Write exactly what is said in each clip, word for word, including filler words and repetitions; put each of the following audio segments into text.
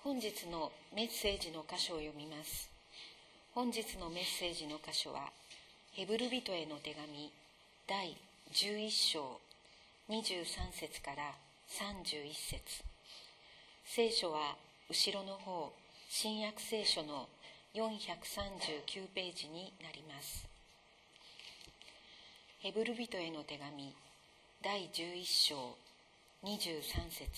本日のメッセージの箇所を読みます。本日のメッセージの箇所は、ヘブル人への手紙だいじゅういっ章にじゅうさん節からさんじゅういち節。聖書は後ろの方、新約聖書のよんひゃくさんじゅうきゅうページになります。ヘブル人への手紙だいじゅういっ章にじゅうさん節。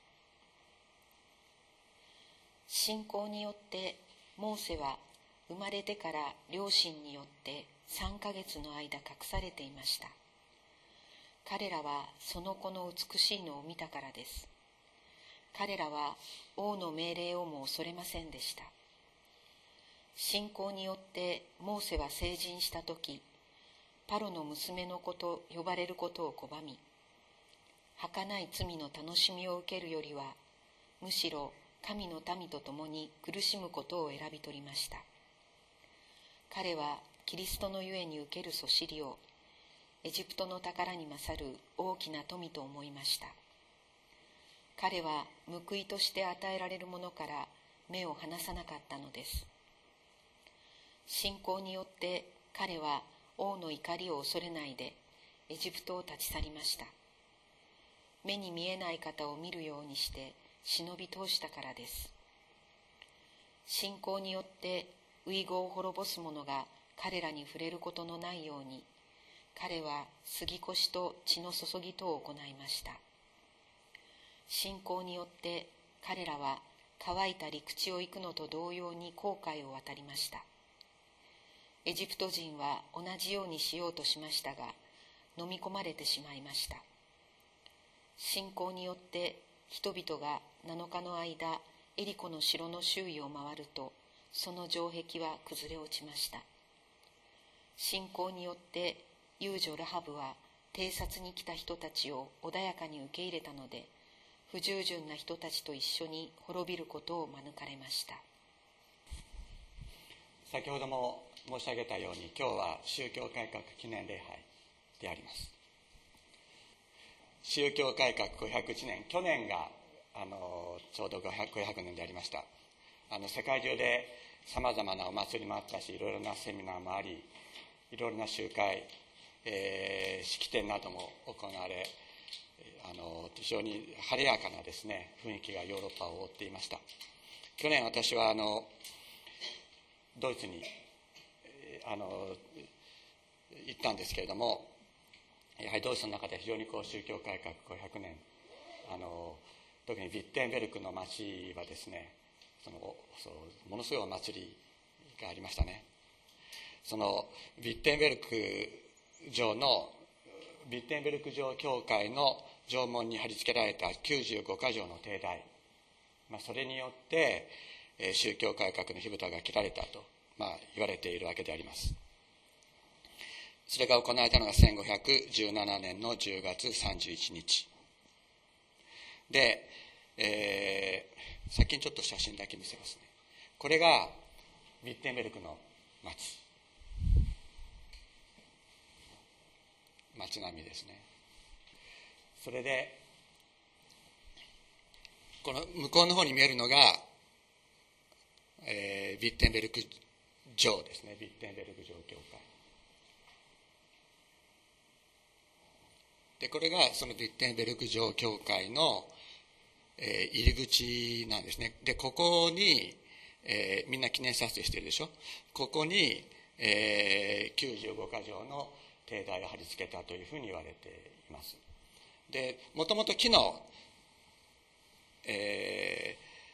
信仰によってモーセは生まれてから両親によってさんかげつの間隠されていました。彼らはその子の美しいのを見たからです。彼らは王の命令をも恐れませんでした。信仰によってモーセは成人したとき、パロの娘の子と呼ばれることを拒み、儚い罪の楽しみを受けるよりは、むしろ神の民と共に苦しむことを選び取りました。彼はキリストのゆえに受けるそしりをエジプトの宝に勝る大きな富と思いました。彼は報いとして与えられるものから目を離さなかったのです。信仰によって彼は王の怒りを恐れないでエジプトを立ち去りました。目に見えない方を見るようにして忍び通したからです。信仰によって遺語を滅ぼす者が彼らに触れることのないように、彼は杉越と血の注ぎとを行いました。信仰によって彼らは乾いた陸地を行くのと同様に紅海を渡りました。エジプト人は同じようにしようとしましたが、飲み込まれてしまいました。信仰によって人々がなのかの間、エリコの城の周囲を回ると、その城壁は崩れ落ちました。信仰によって遊女ラハブは偵察に来た人たちを穏やかに受け入れたので、不従順な人たちと一緒に滅びることを免れました。 先ほども申し上げたように、今日は宗教改革記念礼拝であります。宗教改革ごひゃくいちねん、去年があのちょうどごひゃくねんでありました。あの世界中でさまざまなお祭りもあったし、いろいろなセミナーもあり、いろいろな集会、えー、式典なども行われ、あの非常に晴れやかなですね雰囲気がヨーロッパを覆っていました。去年私はあのドイツにあの行ったんですけれども、やはりドイツの中で非常にこう宗教改革ごひゃくねん、あの特にヴィッテンベルクの町はですね、そのそうものすごいお祭りがありましたね。そのヴィッテンベルク城のヴィッテンベルク城教会の城門に貼り付けられたきゅうじゅうごか条の帝題、まあ、それによって、えー、宗教改革の火蓋が切られたと、まあ、言われているわけであります。それが行われたのがせんごひゃくじゅうななねんのじゅうがつさんじゅういちにちで、えー、先にちょっと写真だけ見せますね。これがヴィッテンベルクの町町並みですね。それでこの向こうの方に見えるのが、えー、ヴィッテンベルク城ですね。ヴィッテンベルク城教会で、これがそのヴィッテンベルク城教会の、えー、入り口なんですね。で、ここに、えー、みんな記念撮影してるでしょ。ここに、えー、きゅうじゅうごか条の帝題を貼り付けたというふうに言われています。で、もともと木の、え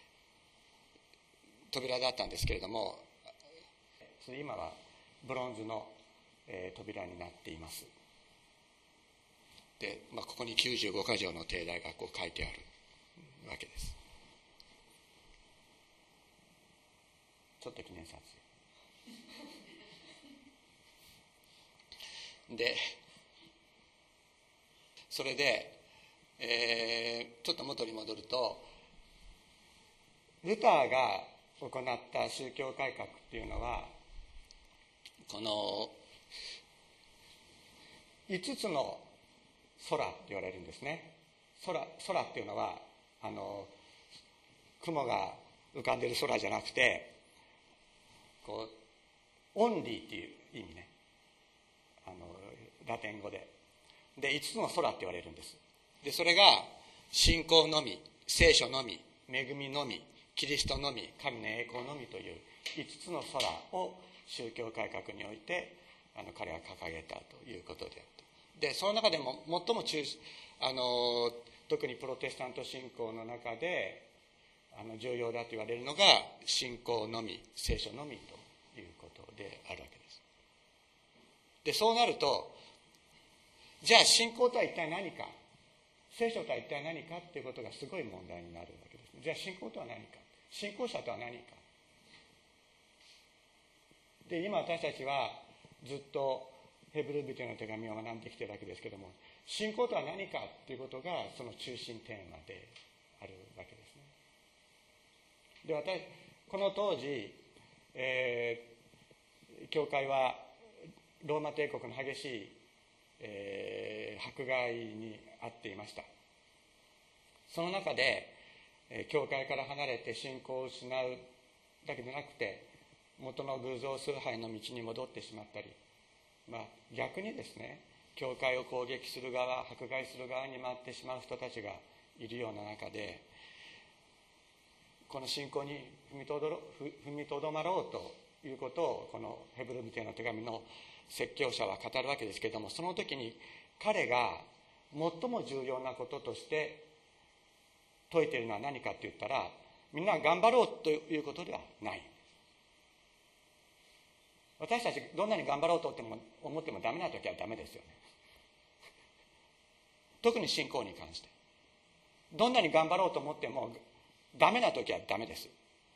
ー、扉だったんですけれども、今はブロンズの、えー、扉になっています。で、まあ、ここにきゅうじゅうごか条の帝題がこう書いてあるわけです。ちょっと記念撮影で、それで、えー、ちょっと元に戻ると、ルターが行った宗教改革っていうのは、このいつつの空って言われるんですね。空、空っていうのはあの雲が浮かんでる空じゃなくて、こうオンリーっていう意味ね、あのラテン語ででいつつの空って言われるんです。でそれが信仰のみ、聖書のみ、恵みのみ、キリストのみ、神の栄光のみといういつつの空を宗教改革においてあの彼は掲げたということであった。でその中でも最も中あの特にプロテスタント信仰の中であの重要だと言われるのが信仰のみ、聖書のみということであるわけです。でそうなると、じゃあ信仰とは一体何か、聖書とは一体何かっていうことがすごい問題になるわけです。じゃあ信仰とは何か、信仰者とは何かで、今私たちはずっとヘブル人への手紙を学んできているわけですけれども、信仰とは何かということがその中心テーマであるわけですね。で私この当時、えー、教会はローマ帝国の激しい、えー、迫害に遭っていました。その中で、えー、教会から離れて信仰を失うだけでなくて、元の偶像崇拝の道に戻ってしまったり、まあ、逆にですね、教会を攻撃する側、迫害する側に回ってしまう人たちがいるような中で、この信仰に踏みとどろ、踏みとどまろうということをこのヘブル人への手紙の説教者は語るわけですけれども、その時に彼が最も重要なこととして説いているのは何かと言ったら、みんな頑張ろうということではない。私たちどんなに頑張ろうと思ってもダメな時はダメですよね。特に信仰に関してどんなに頑張ろうと思ってもダメな時はダメです。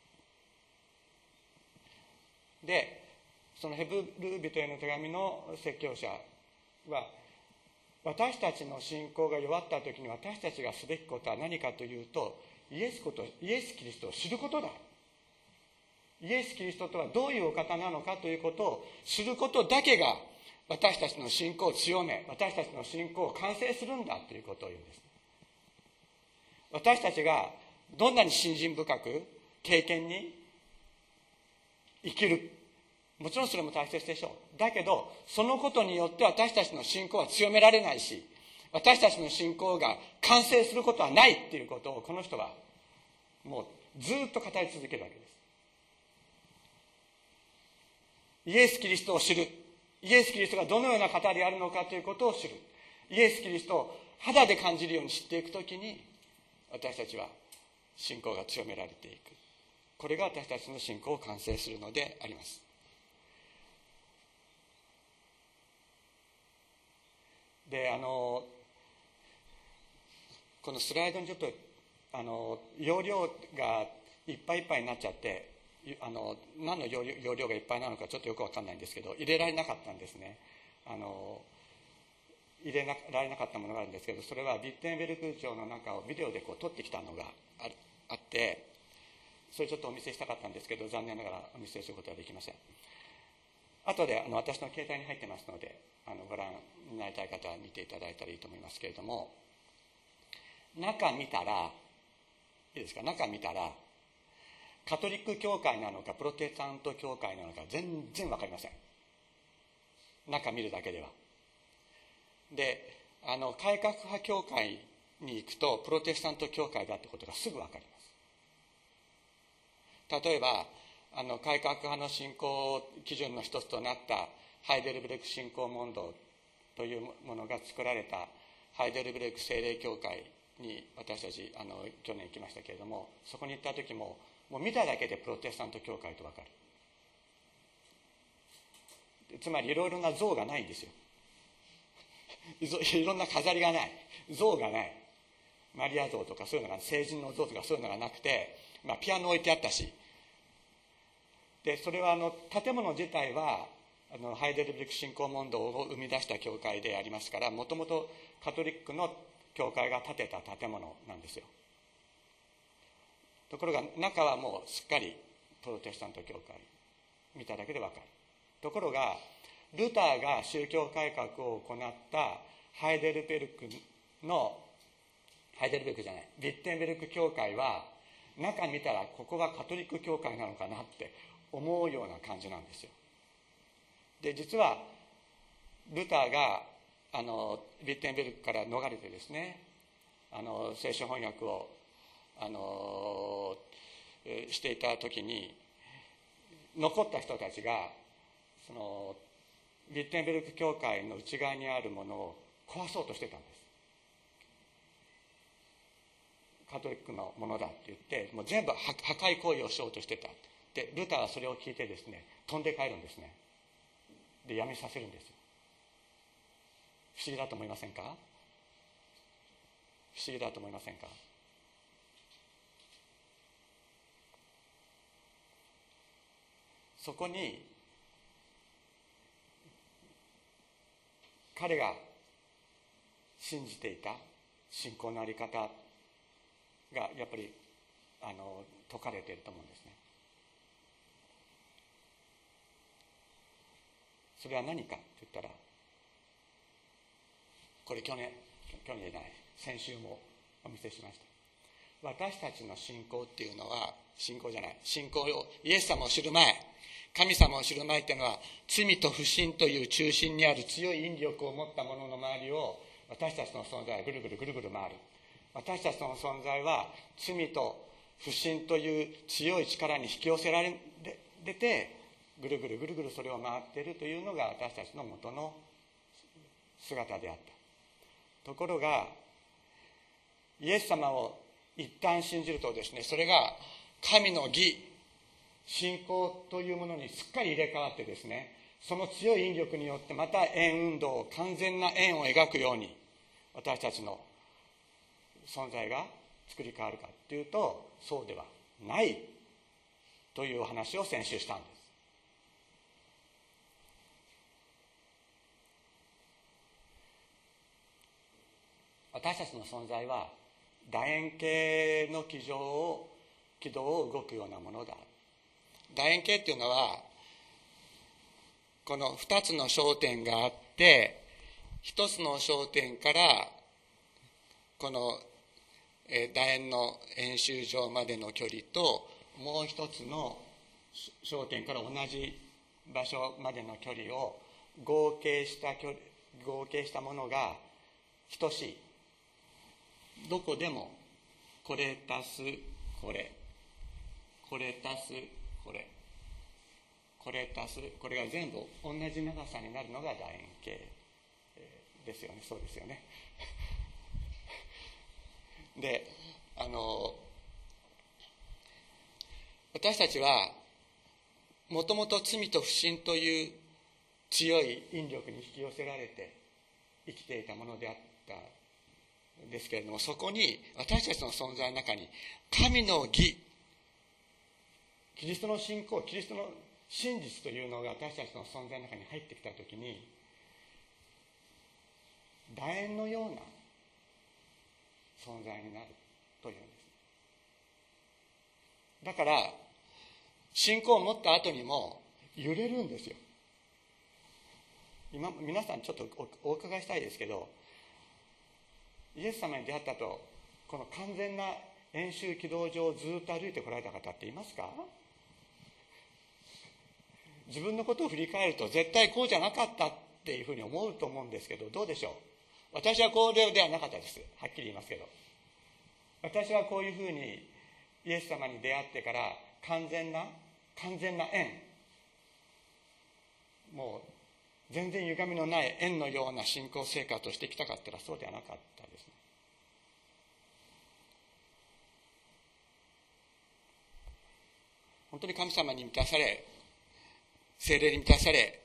でそのヘブル人への手紙の説教者は、私たちの信仰が弱った時に私たちがすべきことは何かというと、イエスことイエス・キリストを知ることだ。イエス・キリストとはどういうお方なのかということを知ることだけが私たちの信仰を強め、私たちの信仰を完成するんだということを言うんです。私たちがどんなに信心深く経験に生きる、もちろんそれも大切でしょう。だけどそのことによって私たちの信仰は強められないし、私たちの信仰が完成することはないっていうことをこの人はもうずっと語り続けるわけです。イエス・キリストを知る、イエス・キリストがどのような方であるのかということを知る、イエス・キリストを肌で感じるように知っていくときに、私たちは信仰が強められていく。これが私たちの信仰を完成するのであります。で、あのこのスライドにちょっとあの容量がいっぱいいっぱいになっちゃって、あの何の容量、容量がいっぱいなのかちょっとよく分かんないんですけど、入れられなかったんですね。あの入れられなかったものがあるんですけど、それはビッテンベルク朝の中をビデオでこう撮ってきたのが あ, あってそれちょっとお見せしたかったんですけど、残念ながらお見せすることはできません。後であの私の携帯に入ってますので、あのご覧になりたい方は見ていただいたらいいと思いますけれども、中見たらいいですか、中見たらカトリック教会なのかプロテスタント教会なのか全然分かりません。中見るだけでは。で、あの改革派教会に行くとプロテスタント教会だってことがすぐ分かります。例えばあの改革派の信仰基準の一つとなったハイデルベルク信仰問答というものが作られたハイデルベルク聖霊教会に私たちあの去年行きましたけれども、そこに行った時ももう見ただけでプロテスタント教会と分かる。つまりいろいろな像がないんですよ。いろんな飾りがない、像がない、マリア像とかそういうのが、聖人の像とかそういうのがなくて、まあ、ピアノ置いてあったし、でそれはあの建物自体はあのハイデルベルク信仰問答を生み出した教会でありますから、もともとカトリックの教会が建てた建物なんですよ。ところが中はもうすっかりプロテスタント教会、見ただけで分かる。ところがルターが宗教改革を行ったハイデルベルクのハイデルベルクじゃないビッテンベルク教会は中見たらここがカトリック教会なのかなって思うような感じなんですよ。で実はルターがあのビッテンベルクから逃れてですね、あの聖書翻訳をあのしていた時に、残った人たちがそのビッテンベルク教会の内側にあるものを壊そうとしてたんです。カトリックのものだって言ってもう全部破壊行為をしようとしてた。でルターはそれを聞いてですね、飛んで帰るんですね。でやめさせるんですよ。不思議だと思いませんか？不思議だと思いませんか？そこに彼が信じていた信仰の在り方がやっぱりあの説かれていると思うんですね。それは何かって言ったら、これ去年去年じゃない先週もお見せしました。私たちの信仰っていうのは、信仰じゃない信仰をイエス様を知る前、神様を知る前っていうのは罪と不信という中心にある強い引力を持ったものの周りを私たちの存在はぐるぐるぐるぐる回る。私たちの存在は罪と不信という強い力に引き寄せられてぐるぐるぐるぐるそれを回っているというのが私たちの元の姿であった。ところがイエス様を一旦信じるとですね、それが神の義、信仰というものにすっかり入れ替わってですね、その強い引力によってまた円運動を、完全な円を描くように私たちの存在が作り変わるかというと、そうではないというお話を先週したんです。私たちの存在は楕円形の軌道を軌道を動くようなものだ。楕円形っていうのはこのふたつの焦点があって、ひとつの焦点からこの楕円の円周上までの距離と、もう一つの焦点から同じ場所までの距離を合計した距離合計したものが等しい。どこでもこれ足すこれ、これ足すこれ、これ足すこれが全部同じ長さになるのが楕円形ですよね。そうですよね。で、あの私たちはもともと罪と不信という強い引力に引き寄せられて生きていたものであったんですけれども、そこに私たちの存在の中に神の義、キリストの信仰、キリストの真実というのが私たちの存在の中に入ってきたときに、楕円のような存在になるというんです。だから信仰を持った後にも揺れるんですよ。今皆さんちょっと お, お伺いしたいですけど、イエス様に出会ったとこの完全な円周軌道上をずっと歩いてこられた方っていますか？自分のことを振り返ると絶対こうじゃなかったっていうふうに思うと思うんですけど、どうでしょう？私はこうではなかったです。はっきり言いますけど、私はこういうふうにイエス様に出会ってから完全な完全な円、もう全然歪みのない円のような信仰生活をしてきたかったらそうではなかったですね。本当に神様に満たされ、聖霊に満たされ、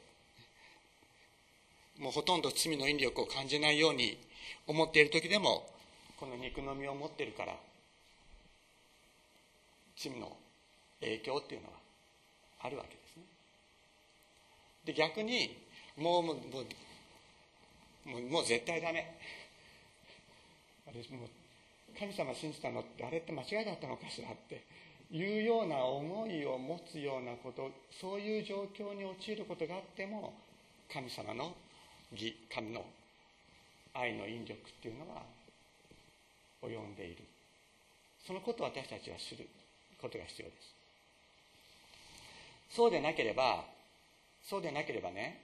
もうほとんど罪の引力を感じないように思っている時でも、この肉の実を持っているから罪の影響っていうのはあるわけですね。で逆にもうもうもうもう絶対ダメ、私もう神様信じたのってあれって間違いだったのかしらっていうような思いを持つようなこと、そういう状況に陥ることがあっても、神様の義、神の愛の引力っていうのは及んでいる。 そのことを私たちは知ることが必要です。そうでなければそうでなければね、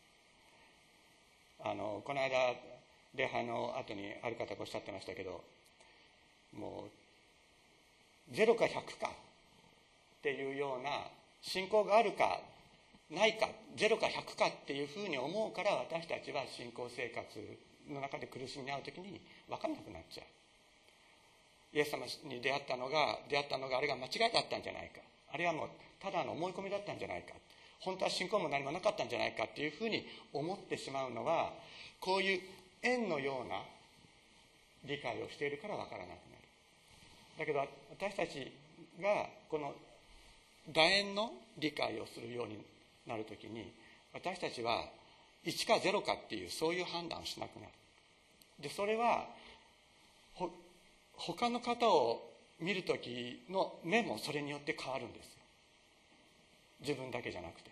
あのこの間礼拝の後にある方がおっしゃってましたけど、もうゼロかひゃくかっていうような信仰があるかないか、ゼロかひゃくかっていうふうに思うから、私たちは信仰生活の中で苦しみに遭うときに分からなくなっちゃう。イエス様に出会ったのが出会ったのがあれが間違いだったんじゃないか、あれはもうただの思い込みだったんじゃないか、本当は信仰も何もなかったんじゃないかっていうふうに思ってしまうのは、こういう円のような理解をしているから分からなくなる。だけど私たちがこの楕円の理解をするようになるときに、私たちはいちかゼロかっていうそういう判断をしなくなる。でそれはほ他の方を見るときの目もそれによって変わるんですよ。自分だけじゃなくて、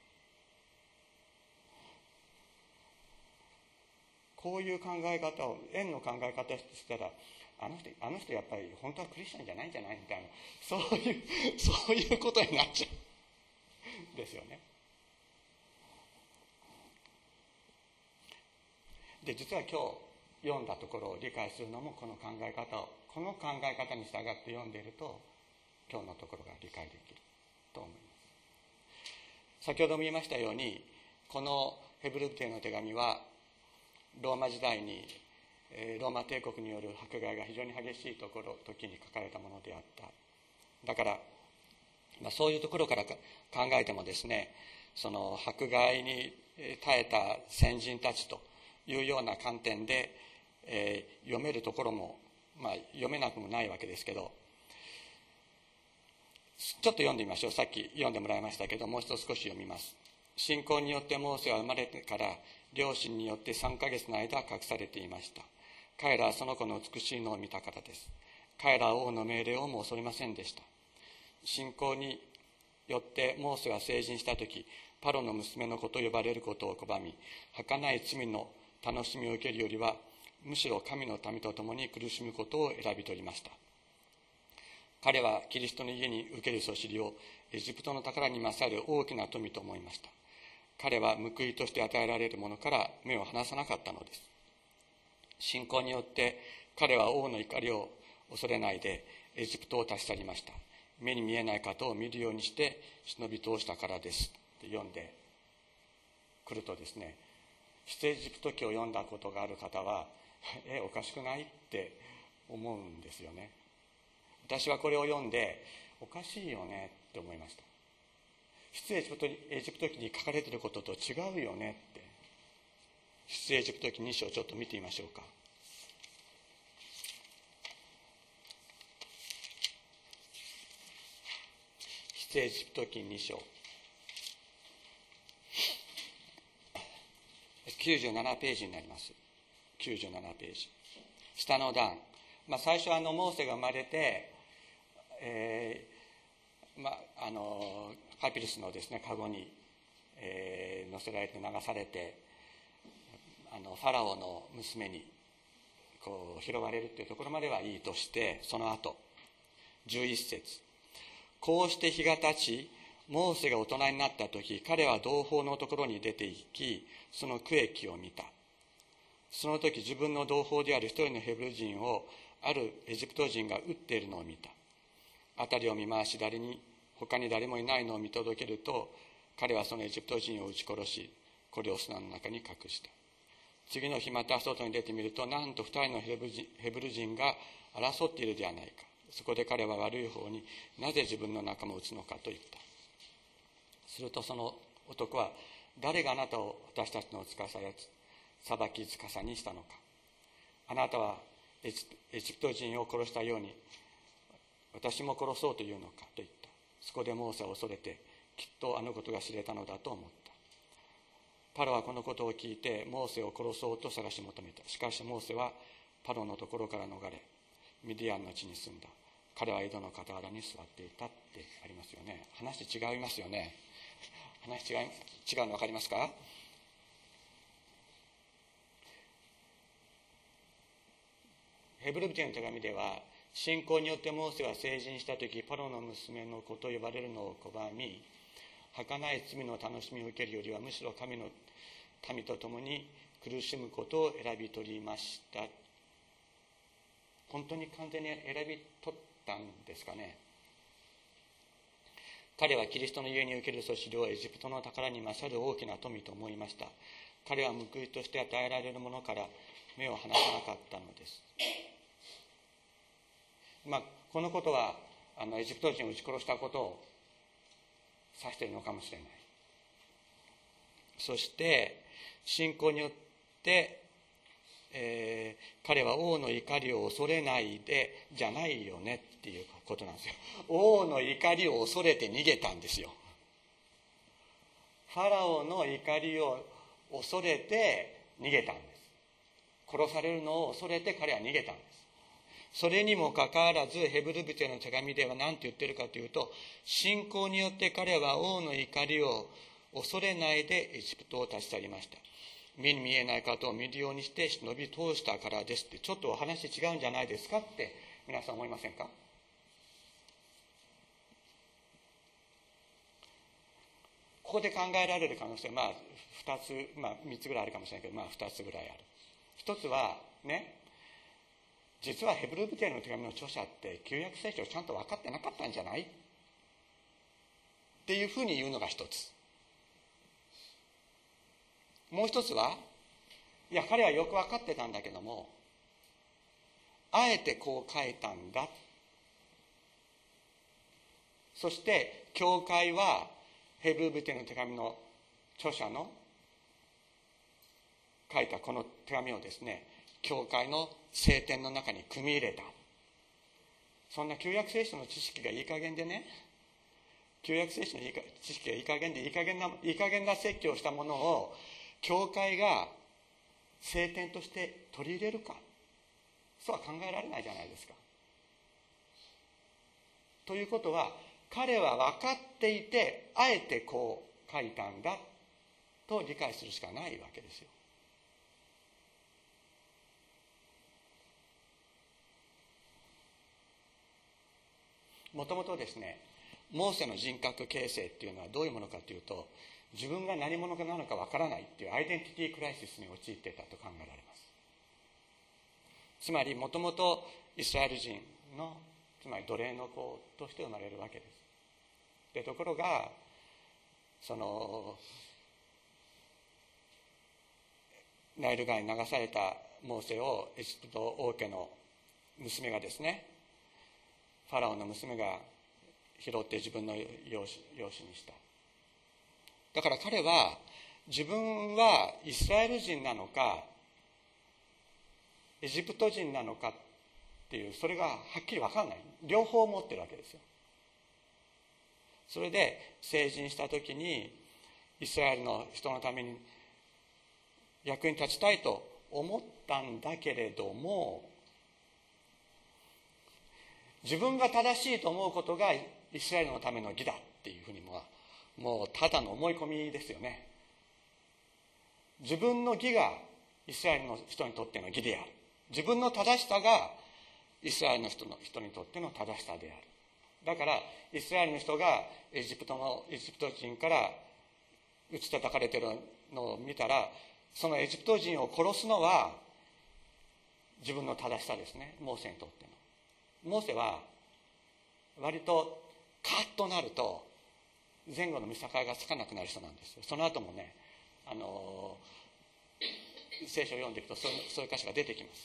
こういう考え方を円の考え方をしたら、あの人あの人やっぱり本当はクリスチャンじゃないんじゃないみたいな、そういうそういうことになっちゃうですよね。で実は今日読んだところを理解するのも、この考え方をこの考え方に従って読んでいると、今日のところが理解できると思います。先ほども言いましたように、このヘブル人への手紙はローマ時代にローマ帝国による迫害が非常に激しいところ時に書かれたものであった。だから、まあ、そういうところから考えてもですね、その迫害に耐えた先人たちというような観点で、えー、読めるところも、まあ、読めなくもないわけですけど、ちょっと読んでみましょう。さっき読んでもらいましたけど、もう一度少し読みます。信仰によってモーセは生まれてから両親によってさんかげつの間隠されていました。彼らはその子の美しいのを見たからです。彼らは王の命令をも恐れませんでした。信仰によってモーセは成人したとき、パロの娘の子と呼ばれることを拒み、儚い罪の楽しみを受けるよりは、むしろ神の民と共に苦しむことを選び取りました。彼はキリストの家に受けるそしりをエジプトの宝に勝る大きな富と思いました。彼は報いとして与えられるものから目を離さなかったのです。信仰によって彼は王の怒りを恐れないでエジプトを立ち去りました。目に見えない方を見るようにして忍び通したからですって読んでくるとですね、出エジプト記を読んだことがある方はえおかしくないって思うんですよね。私はこれを読んでおかしいよねって思いました。出エジプトエジプト記に書かれていることと違うよねって。出エジプト記に章ちょっと見てみましょうか。出エジプト記に章きゅうじゅうななページになります。きゅうじゅうななページ、下の段、まあ、最初はあのモーセが生まれて、えーまあ、あのパピルスのですね、カゴに、えー、乗せられて流されて、あのファラオの娘にこう拾われるというところまではいいとして、その後じゅういっ節、こうして日が経ち、モーセが大人になった時、彼は同胞のところに出て行き、その区域を見た。その時自分の同胞である一人のヘブル人をあるエジプト人が撃っているのを見た。辺りを見回し、誰に他に誰もいないのを見届けると、彼はそのエジプト人を撃ち殺し、これを砂の中に隠した。次の日また外に出てみると、なんと二人のヘブル人、ヘブル人が争っているではないか。そこで彼は悪い方に、なぜ自分の仲間を撃つのかと言った。するとその男は、誰があなたを私たちの司や裁き司にしたのか。あなたはエジプト人を殺したように私も殺そうというのかと言った。そこでモーセは恐れて、きっとあのことが知れたのだと思った。パロはこのことを聞いてモーセを殺そうと探し求めた。しかしモーセはパロのところから逃れ、ミディアンの地に住んだ。彼は井戸の傍らに座っていたってありますよね。話違いますよね。話違い違うの分かりますか？ヘブル人の手紙では、 信仰によってモーセは成人した時、パロの娘の子と呼ばれるのを拒み、儚い罪の楽しみを受けるよりはむしろ神の民と共に苦しむことを選び取りました。本当に完全に選び取ったんですかね。彼はキリストのゆえに受けるそしりをエジプトの宝に勝る大きな富と思いました。彼は報いとして与えられるものから目を離さなかったのです。まあ、このことはあのエジプト人を撃ち殺したことを指しているのかもしれない。そして信仰によって、えー、彼は王の怒りを恐れないでじゃないよねっていうことなんですよ。王の怒りを恐れて逃げたんですよ。ファラオの怒りを恐れて逃げたんです。殺されるのを恐れて彼は逃げたんです。それにもかかわらずヘブル人への手紙では何て言ってるかというと、信仰によって彼は王の怒りを恐れないでエジプトを立ち去りました。目に見えない方を見るようにして忍び通したからですって、ちょっとお話違うんじゃないですかって皆さん思いませんか？ここで考えられる可能性、まあふたつ、まあみっつぐらいあるかもしれないけど、まあふたつぐらいある。ひとつはね、実はヘブル人への手紙の著者って旧約聖書をちゃんと分かってなかったんじゃないっていうふうに言うのが一つ。もう一つは、いや彼はよく分かってたんだけども、あえてこう書いたんだ。そして教会はヘブル人への手紙の著者の書いたこの手紙をですね、教会の聖典の中に組み入れた。そんな旧約聖書の知識がいい加減でね、旧約聖書の知識がいい加減でいい加減ないい加減な説教をしたものを教会が聖典として取り入れるか、そうは考えられないじゃないですか。ということは、彼は分かっていてあえてこう書いたんだと理解するしかないわけですよ。もともとですね、モーセの人格形成っていうのはどういうものかというと、自分が何者かなのかわからないっていうアイデンティティクライシスに陥っていたと考えられます。つまりもともとイスラエル人の、つまり奴隷の子として生まれるわけです。でところがそのナイル川に流されたモーセをエジプト王家の娘がですね、ファラオの娘が拾って自分の養子、養子にした。だから彼は自分はイスラエル人なのかエジプト人なのかっていう、それがはっきり分かんない。両方持ってるわけですよ。それで成人した時にイスラエルの人のために役に立ちたいと思ったんだけれども、自分が正しいと思うことがイスラエルのための義だっていうふうにももうただの思い込みですよね。自分の義がイスラエルの人にとっての義である。自分の正しさがイスラエルの人の人にとっての正しさである。だからイスラエルの人がエジプトのエジプト人から打ち叩かれているのを見たら、そのエジプト人を殺すのは自分の正しさですね。モーセにとっての。モーセは割とカッとなると前後の見境がつかなくなる人なんですよ。その後もね、あの聖書を読んでいくとそういう、そういう箇所が出てきます。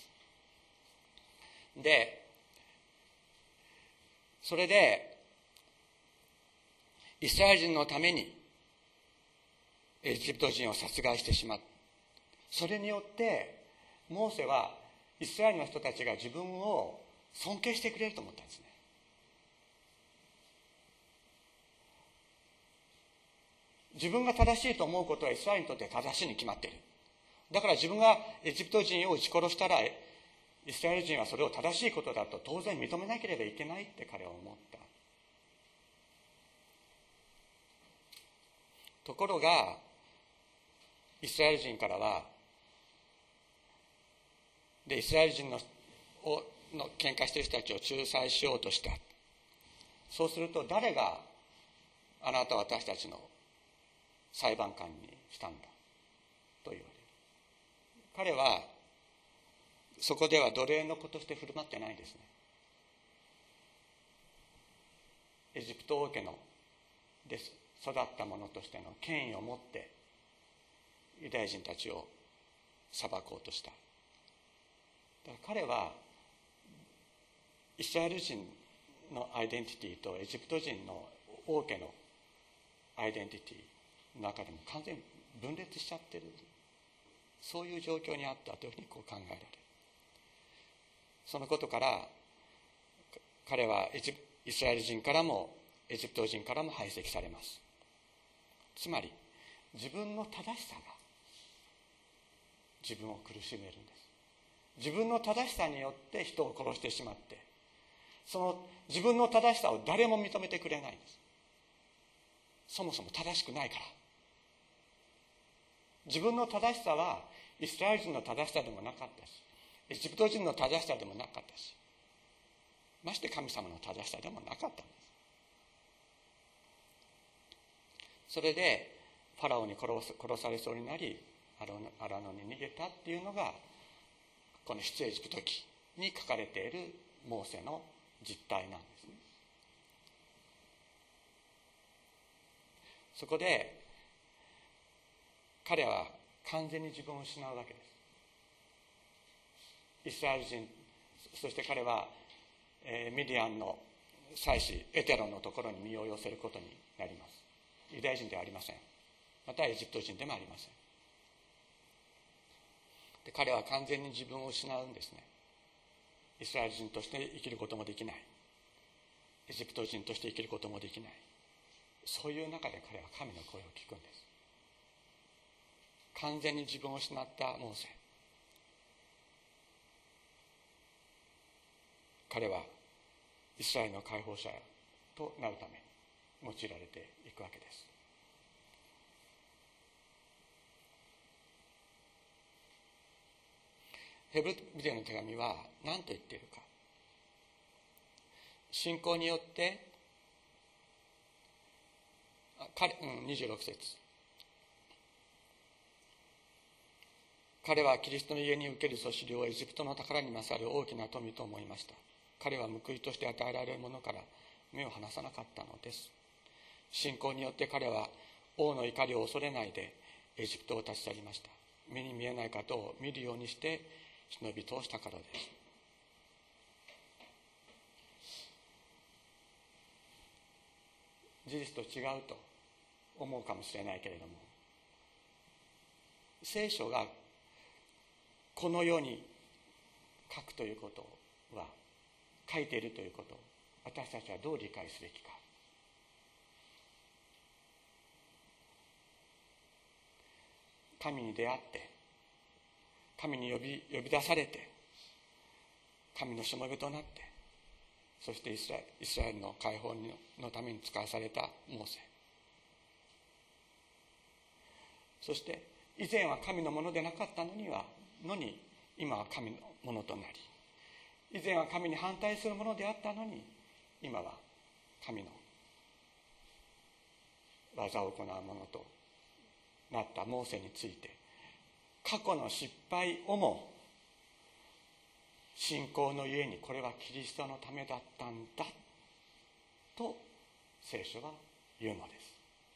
でそれでイスラエル人のためにエジプト人を殺害してしまった。それによってモーセはイスラエルの人たちが自分を尊敬してくれると思ったんですね。自分が正しいと思うことはイスラエルにとって正しいに決まっている。だから自分がエジプト人を撃ち殺したらイスラエル人はそれを正しいことだと当然認めなければいけないって彼は思った。ところがイスラエル人からはでイスラエル人のをの喧嘩している人たちを仲裁しようとした。そうすると誰があなた私たちの裁判官にしたんだと言われる。彼はそこでは奴隷の子として振る舞ってないですね。エジプト王家ので育った者としての権威を持ってユダヤ人たちを裁こうとした。だから彼はイスラエル人のアイデンティティとエジプト人の王家のアイデンティティの中でも完全に分裂しちゃってる、そういう状況にあったというふうにこう考えられる。そのことから彼はエジイスラエル人からもエジプト人からも排斥されます。つまり自分の正しさが自分を苦しめるんです。自分の正しさによって人を殺してしまって、その自分の正しさを誰も認めてくれないんです。そもそも正しくないから。自分の正しさはイスラエル人の正しさでもなかったし、エジプト人の正しさでもなかったし、まして神様の正しさでもなかったんです。それでファラオに殺す殺されそうになり、アラノに逃げたっていうのがこの出エジプト記に書かれているモーセの実態なんですね。そこで彼は完全に自分を失うわけです。イスラエル人、そして彼は、えー、ミディアンの祭司エテロのところに身を寄せることになります。ユダヤ人ではありません。またエジプト人でもありません。で彼は完全に自分を失うんですね。イスラエル人として生きることもできない、エジプト人として生きることもできない、そういう中で彼は神の声を聞くんです。完全に自分を失ったモーセ、彼はイスラエルの解放者となるために用いられていくわけです。ヘブルビデオの手紙は何と言っているか。信仰によって彼、うん、にじゅうろく節、彼はキリストの家に受けるそしりをエジプトの宝に勝る大きな富と思いました。彼は報いとして与えられるものから目を離さなかったのです。信仰によって彼は王の怒りを恐れないでエジプトを立ち去りました。目に見えない方を見るようにして忍び通したからです。事実と違うと思うかもしれないけれども、聖書がこのように書くということは、書いているということを私たちはどう理解すべきか。神に出会って、神に呼び、呼び出されて、神のしもべとなって、そしてイスラエル、イスラエルの解放のために使わされたモーセ。そして以前は神のものでなかったのにはのに今は神のものとなり、以前は神に反対するものであったのに今は神の技を行うものとなったモーセについて、過去の失敗をも信仰のゆえにこれはキリストのためだったんだと聖書は言うのです。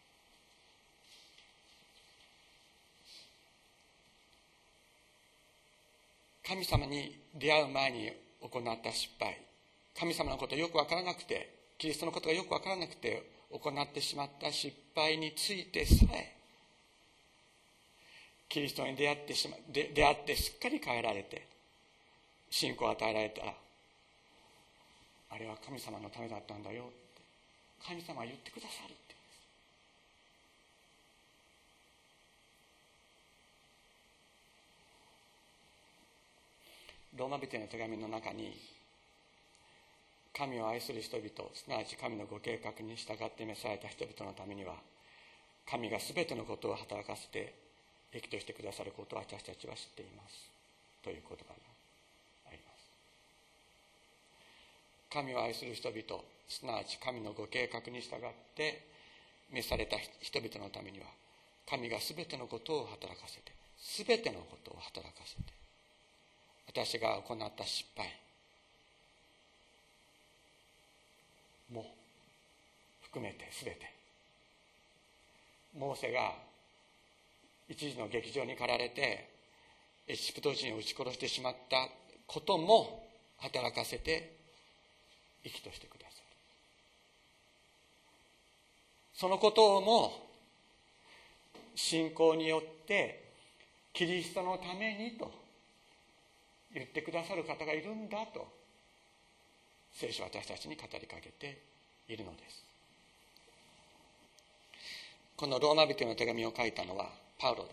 神様に出会う前に行った失敗、神様のことがよく分からなくて、キリストのことがよく分からなくて行ってしまった失敗についてさえ、キリストに出会ってしま出会ってしっかり変えられて信仰を与えられたら、あれは神様のためだったんだよって神様は言ってくださるって言うんです。ローマ人への手紙の中に、神を愛する人々、すなわち神のご計画に従って召された人々のためには、神がすべてのことを働かせて益としてくださることを私たちは知っていますという言葉があります。 神を愛する人々、すなわち神のご計画に従って召された人々のためには、神がすべてのことを働かせて、すべてのことを働かせて、私が行った失敗も含めてすべて、モーセが一時の劇場に駆られてエジプト人を撃ち殺してしまったことも働かせて益としてくださる。そのことをも信仰によってキリストのためにと言ってくださる方がいるんだと聖書は私たちに語りかけているのです。このローマ人への手紙を書いたのはパウロです。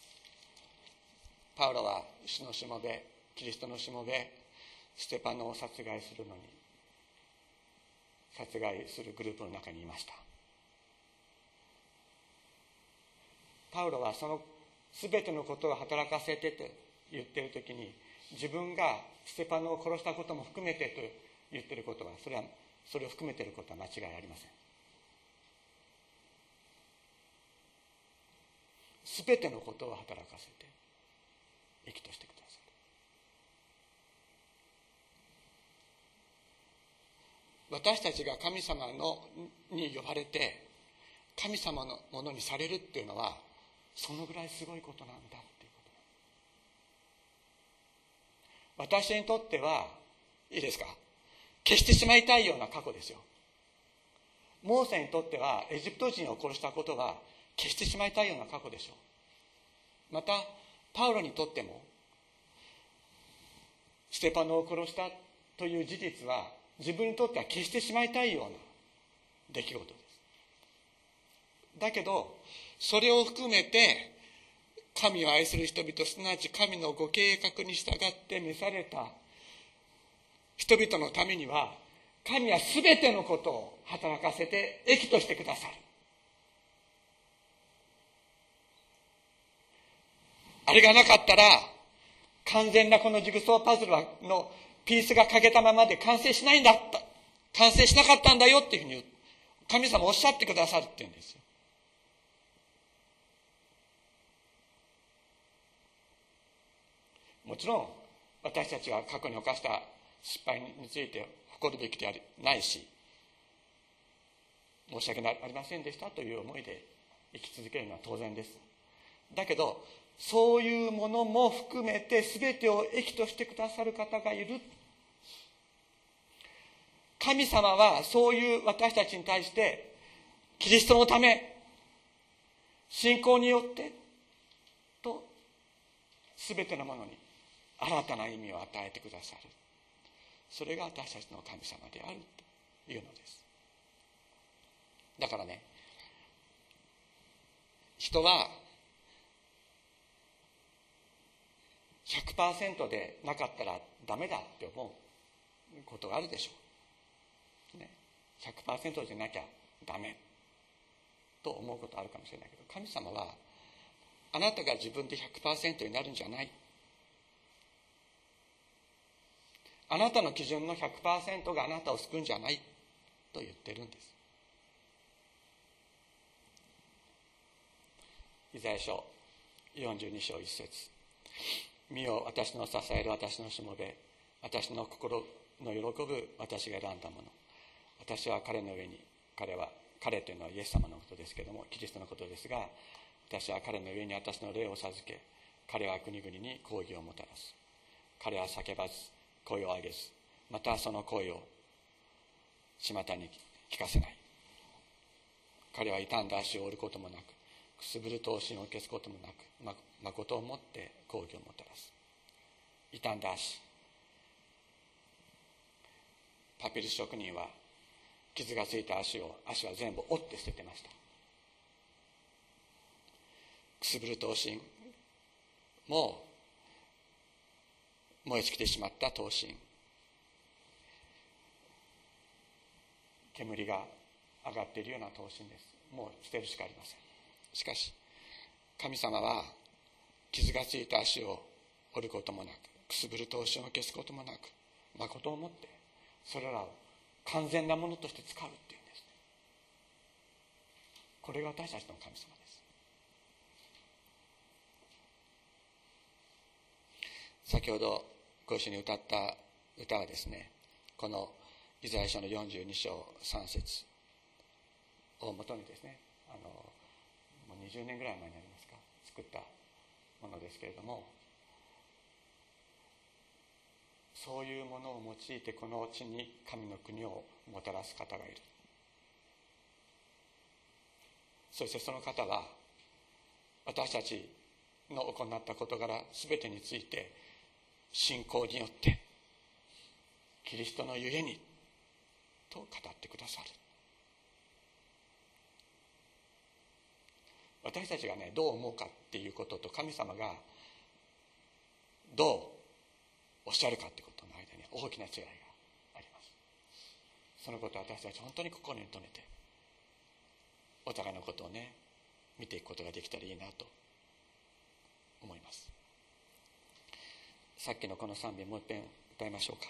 パウロは主のしもべ、キリストのしもべステパノを殺害するのに殺害するグループの中にいました。パウロはその全てのことを働かせてと言っているときに、自分がステパノを殺したことも含めてと言っていることは、それはそれを含めていることは間違いありません。すべてのことを働かせて益としてくださる。私たちが神様のに呼ばれて神様のものにされるっていうのは、そのぐらいすごいことなんだっていうこと。私にとってはいいですか、消してしまいたいような過去ですよ。モーセにとってはエジプト人を殺したことは消してしまいたいような過去でしょう。またパウロにとってもステパノを殺したという事実は自分にとっては消してしまいたいような出来事です。だけどそれを含めて神を愛する人々、すなわち神のご計画に従って召された人々のためには、神はすべてのことを働かせて益としてくださる。あれがなかったら完全なこのジグソーパズルのピースが欠けたままで完成しないんだった、完成しなかったんだよっていうふうに神様おっしゃってくださるっていうんですよ。もちろん私たちは過去に犯した失敗について誇るべきではないし、申し訳ありませんでしたという思いで生き続けるのは当然です。だけどそういうものも含めて全てを益としてくださる方がいる。神様はそういう私たちに対してキリストのため、信仰によってと全てのものに新たな意味を与えてくださる。それが私たちの神様であるというのです。だからね、人は ひゃくパーセント でなかったらダメだって思うことがあるでしょう、ね、ひゃくパーセント でなきゃダメと思うことあるかもしれないけど、神様はあなたが自分で ひゃくパーセント になるんじゃない、あなたの基準の ひゃくパーセント があなたを救うんじゃないと言ってるんです。イザヤ書よんじゅうに章いち節、見よ私の支える私のしもべ、私の心の喜ぶ私が選んだもの、私は彼の上に、彼は彼というのはイエス様のことですけれどもキリストのことですが、私は彼の上に私の霊を授け、彼は国々に公義をもたらす。彼は叫ばず声を上げず、またその声を巷に聞かせない。彼は傷んだ足を折ることもなく、くすぶる刀身を消すこともなく、ま、誠をもって公義をもたらす。傷んだ足、パピルス職人は傷がついた足を足は全部折って捨ててました。くすぶる刀身も燃え尽きてしまった刀身、煙が上がっているような刀身です。もう捨てるしかありません。しかし神様は傷がついた足を折ることもなく、くすぶる刀身を消すこともなく、誠をもってそれらを完全なものとして使うっていうんですね。これが私たちの神様です。先ほどご一緒に歌った歌はですね、このイザヤ書のよんじゅうに章さん節をもとにですね、あのもうにじゅうねんぐらい前になりますか、作ったものですけれども、そういうものを用いてこの地に神の国をもたらす方がいる。そしてその方は私たちの行った事柄全てについて信仰によってキリストのゆえにと語ってくださる。私たちがね、どう思うかっていうことと神様がどうおっしゃるかってことの間に大きな違いがあります。そのことを私たち本当に心に留めてお互いのことをね見ていくことができたらいいなと思います。さっきのこの賛美もう一遍歌いましょうか。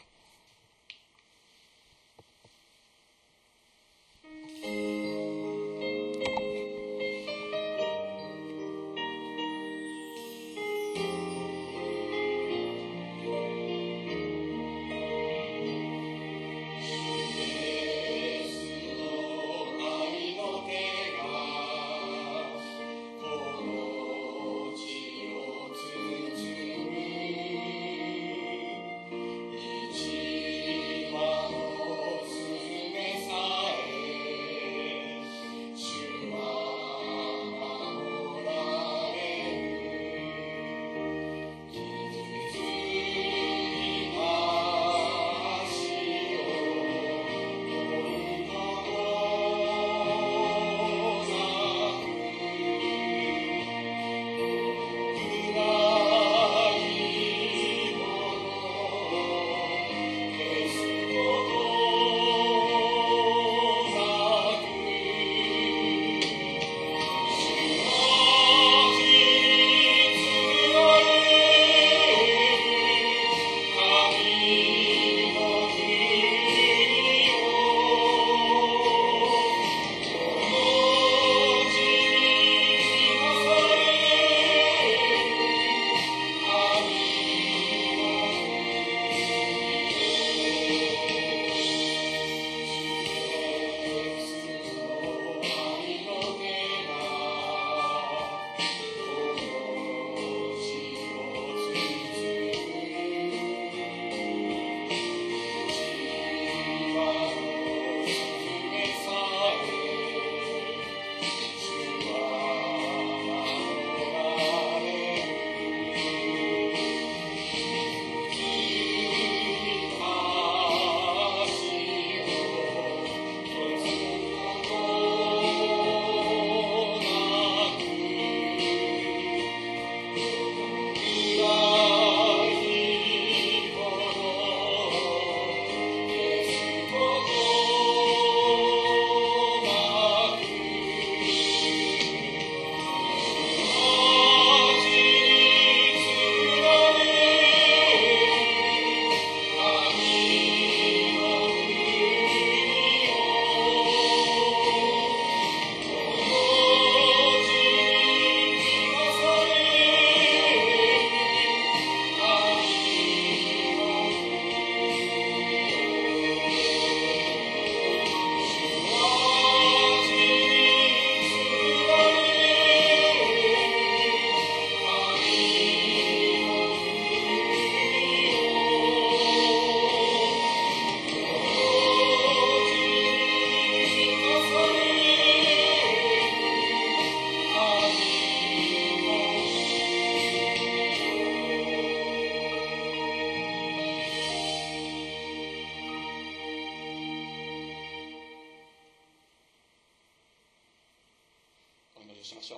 しましょう。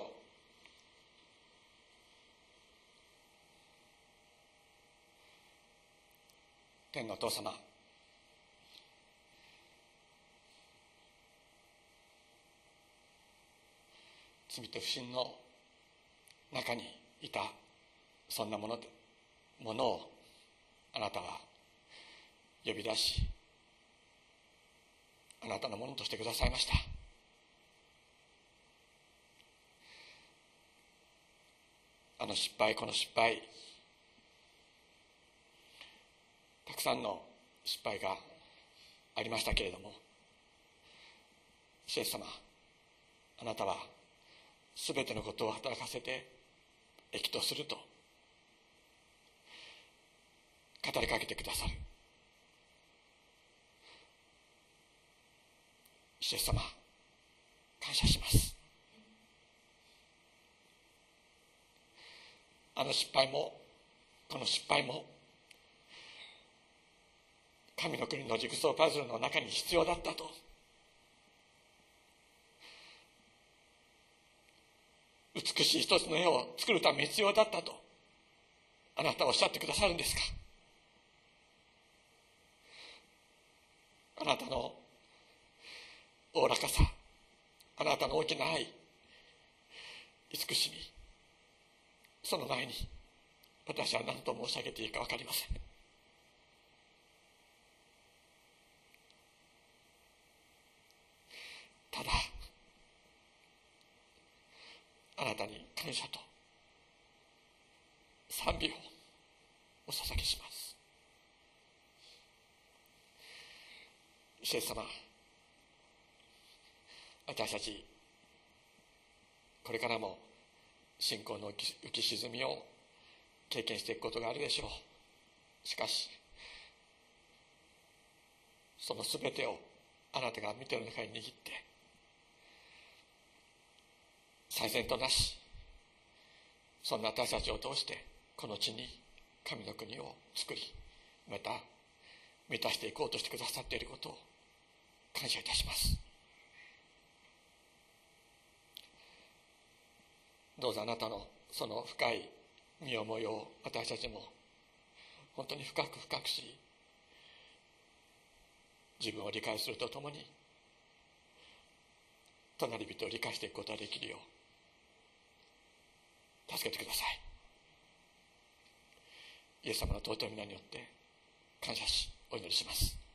天のお父様、罪と不信の中にいたそんなものでものをあなたは呼び出しあなたのものとしてくださいました。あの失敗、この失敗、たくさんの失敗がありましたけれども、イエス様、あなたはすべてのことを働かせて益とすると語りかけてくださる。イエス様、感謝します。あの失敗もこの失敗も神の国のジグソーパズルの中に必要だったと、美しい一つの絵を作るために必要だったとあなたはおっしゃってくださるんですか。あなたのおおらかさ、あなたの大きな愛、慈しみ、その前に私は何と申し上げていいか分かりません。ただあなたに感謝と賛美をお捧げします。イエス様、私たちこれからも信仰の浮き沈みを経験していくことがあるでしょう。しかしそのすべてをあなたが見ている中に握って最善となし、そんな私たちを通してこの地に神の国を作り、また満たしていこうとしてくださっていることを感謝いたします。どうぞあなたのその深い身思いを私たちも本当に深く深く知り、自分を理解するとともに隣人を理解していくことができるよう助けてください。イエス様の尊い皆によって感謝しお祈りします。